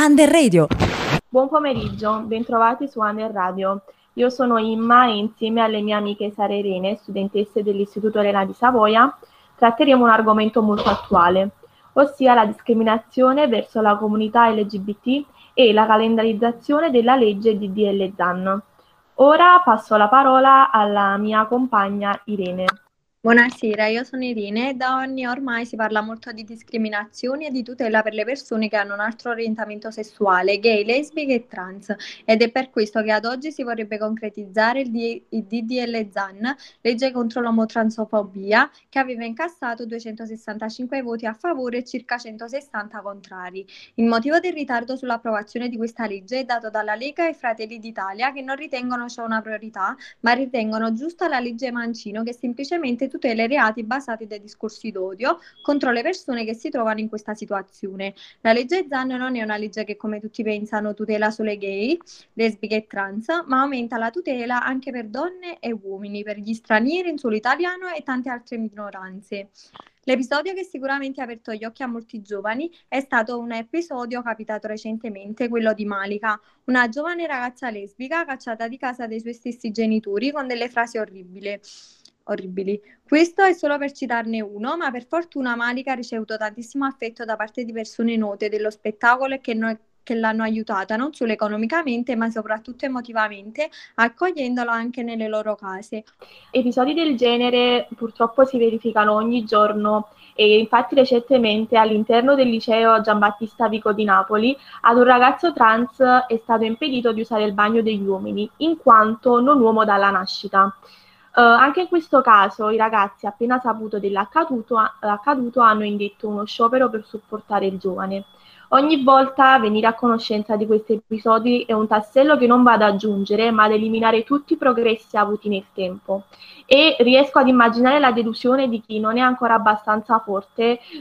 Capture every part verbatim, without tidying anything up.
Under Radio. Buon pomeriggio, bentrovati su Under Radio. Io sono Imma e insieme alle mie amiche Sara e Irene, studentesse dell'Istituto Elena di Savoia, tratteremo un argomento molto attuale, ossia la discriminazione verso la comunità L G B T e la calendarizzazione della legge D D L Zan. Ora passo la parola alla mia compagna Irene. Buonasera, io sono Irene e da anni ormai si parla molto di discriminazioni e di tutela per le persone che hanno un altro orientamento sessuale, gay, lesbiche e trans, ed è per questo che ad oggi si vorrebbe concretizzare il, D- il D D L Zan, legge contro l'omotransfobia, che aveva incassato duecentosessantacinque voti a favore e circa centosessanta contrari. Il motivo del ritardo sull'approvazione di questa legge è dato dalla Lega e Fratelli d'Italia, che non ritengono ciò una priorità, ma ritengono giusta la legge Mancino, che semplicemente tutela i reati basati dai discorsi d'odio contro le persone che si trovano in questa situazione. La legge Zan non è una legge che, come tutti pensano, tutela solo i gay, lesbiche e trans, ma aumenta la tutela anche per donne e uomini, per gli stranieri in suolo italiano e tante altre minoranze. L'episodio che sicuramente ha aperto gli occhi a molti giovani è stato un episodio capitato recentemente, quello di Malika, una giovane ragazza lesbica cacciata di casa dai suoi stessi genitori con delle frasi orribili. orribili. Questo è solo per citarne uno, ma per fortuna Malika ha ricevuto tantissimo affetto da parte di persone note dello spettacolo e che, no- che l'hanno aiutata non solo economicamente, ma soprattutto emotivamente, accogliendola anche nelle loro case. Episodi del genere purtroppo si verificano ogni giorno e infatti recentemente all'interno del liceo Giambattista Vico di Napoli ad un ragazzo trans è stato impedito di usare il bagno degli uomini, in quanto non uomo dalla nascita. Uh, anche in questo caso i ragazzi, appena saputo dell'accaduto, accaduto, hanno indetto uno sciopero per supportare il giovane. Ogni volta venire a conoscenza di questi episodi è un tassello che non va ad aggiungere, ma ad eliminare tutti i progressi avuti nel tempo. E riesco ad immaginare la delusione di chi non è ancora abbastanza forte uh,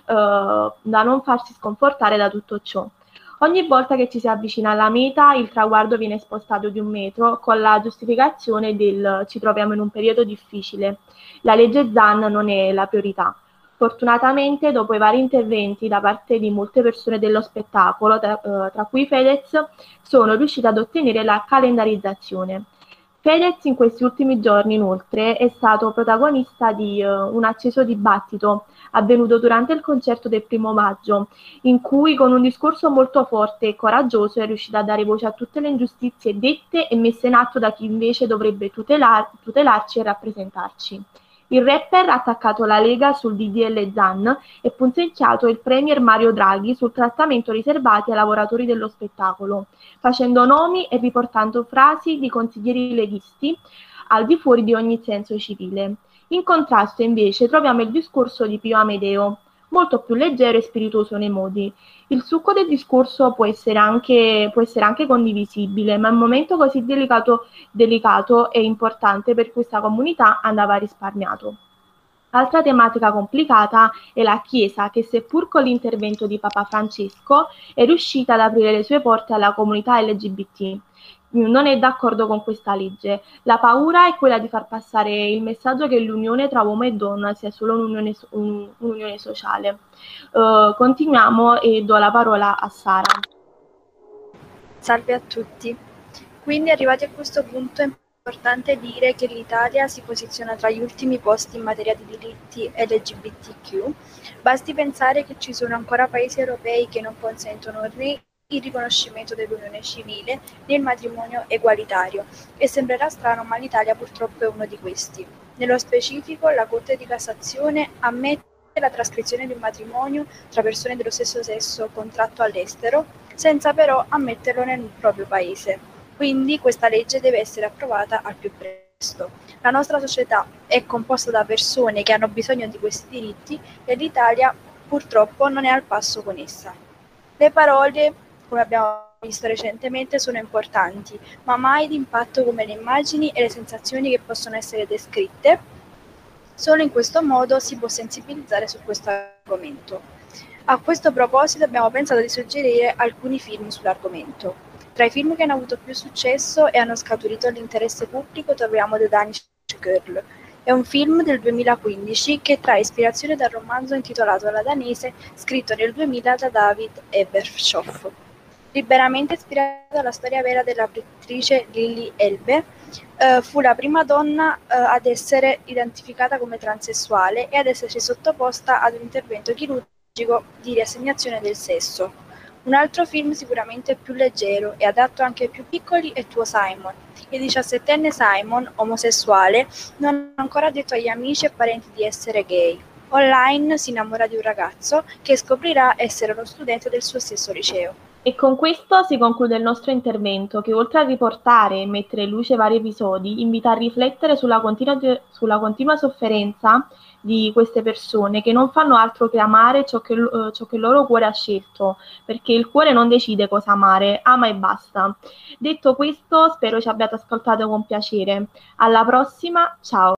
da non farsi sconfortare da tutto ciò. Ogni volta che ci si avvicina alla meta, il traguardo viene spostato di un metro con la giustificazione del ci troviamo in un periodo difficile. La legge Zan non è la priorità. Fortunatamente, dopo i vari interventi da parte di molte persone dello spettacolo, tra, eh, tra cui Fedez, sono riuscita ad ottenere la calendarizzazione. Fedez in questi ultimi giorni, inoltre, è stato protagonista di uh, un acceso dibattito avvenuto durante il concerto del primo maggio, in cui con un discorso molto forte e coraggioso è riuscita a dare voce a tutte le ingiustizie dette e messe in atto da chi invece dovrebbe tutelar- tutelarci e rappresentarci. Il rapper ha attaccato la Lega sul D D L Zan e punzecchiato il premier Mario Draghi sul trattamento riservati ai lavoratori dello spettacolo, facendo nomi e riportando frasi di consiglieri leghisti al di fuori di ogni senso civile. In contrasto, invece, troviamo il discorso di Pio Amedeo, molto più leggero e spiritoso nei modi. Il succo del discorso può essere anche, può essere anche condivisibile, ma in un momento così delicato, delicato e importante per questa comunità andava risparmiato. Altra tematica complicata è la Chiesa, che seppur con l'intervento di Papa Francesco è riuscita ad aprire le sue porte alla comunità L G B T. Non è d'accordo con questa legge. La paura è quella di far passare il messaggio che l'unione tra uomo e donna sia solo un'unione, un, un'unione sociale. Uh, continuiamo e do la parola a Sara. Salve a tutti. Quindi arrivati a questo punto è importante dire che l'Italia si posiziona tra gli ultimi posti in materia di diritti L G B T Q. Basti pensare che ci sono ancora paesi europei che non consentono né il riconoscimento dell'unione civile né il matrimonio egualitario, e sembrerà strano, ma l'Italia purtroppo è uno di questi. Nello specifico, la Corte di Cassazione ammette la trascrizione di un matrimonio tra persone dello stesso sesso contratto all'estero, senza però ammetterlo nel proprio paese. Quindi questa legge deve essere approvata al più presto. La nostra società è composta da persone che hanno bisogno di questi diritti e l'Italia purtroppo non è al passo con essa. Le parole, come abbiamo visto recentemente, sono importanti, ma mai di impatto come le immagini e le sensazioni che possono essere descritte. Solo in questo modo si può sensibilizzare su questo argomento. A questo proposito abbiamo pensato di suggerire alcuni film sull'argomento. Tra i film che hanno avuto più successo e hanno scaturito l'interesse pubblico troviamo The Danish Girl. È un film del duemilaquindici che trae ispirazione dal romanzo intitolato La danese, scritto nel duemila da David Ebershoff. Liberamente ispirata alla storia vera della pittrice Lily Elbe, eh, fu la prima donna eh, ad essere identificata come transessuale e ad esserci sottoposta ad un intervento chirurgico di riassegnazione del sesso. Un altro film sicuramente più leggero e adatto anche ai più piccoli è Tuo Simon. Il diciassettenne Simon, omosessuale, non ha ancora detto agli amici e parenti di essere gay. Online si innamora di un ragazzo che scoprirà essere uno studente del suo stesso liceo. E con questo si conclude il nostro intervento che, oltre a riportare e mettere in luce vari episodi, invita a riflettere sulla continua, sulla continua sofferenza di queste persone che non fanno altro che amare ciò che, eh, ciò che il loro cuore ha scelto, perché il cuore non decide cosa amare, ama e basta. Detto questo, spero ci abbiate ascoltato con piacere. Alla prossima, ciao!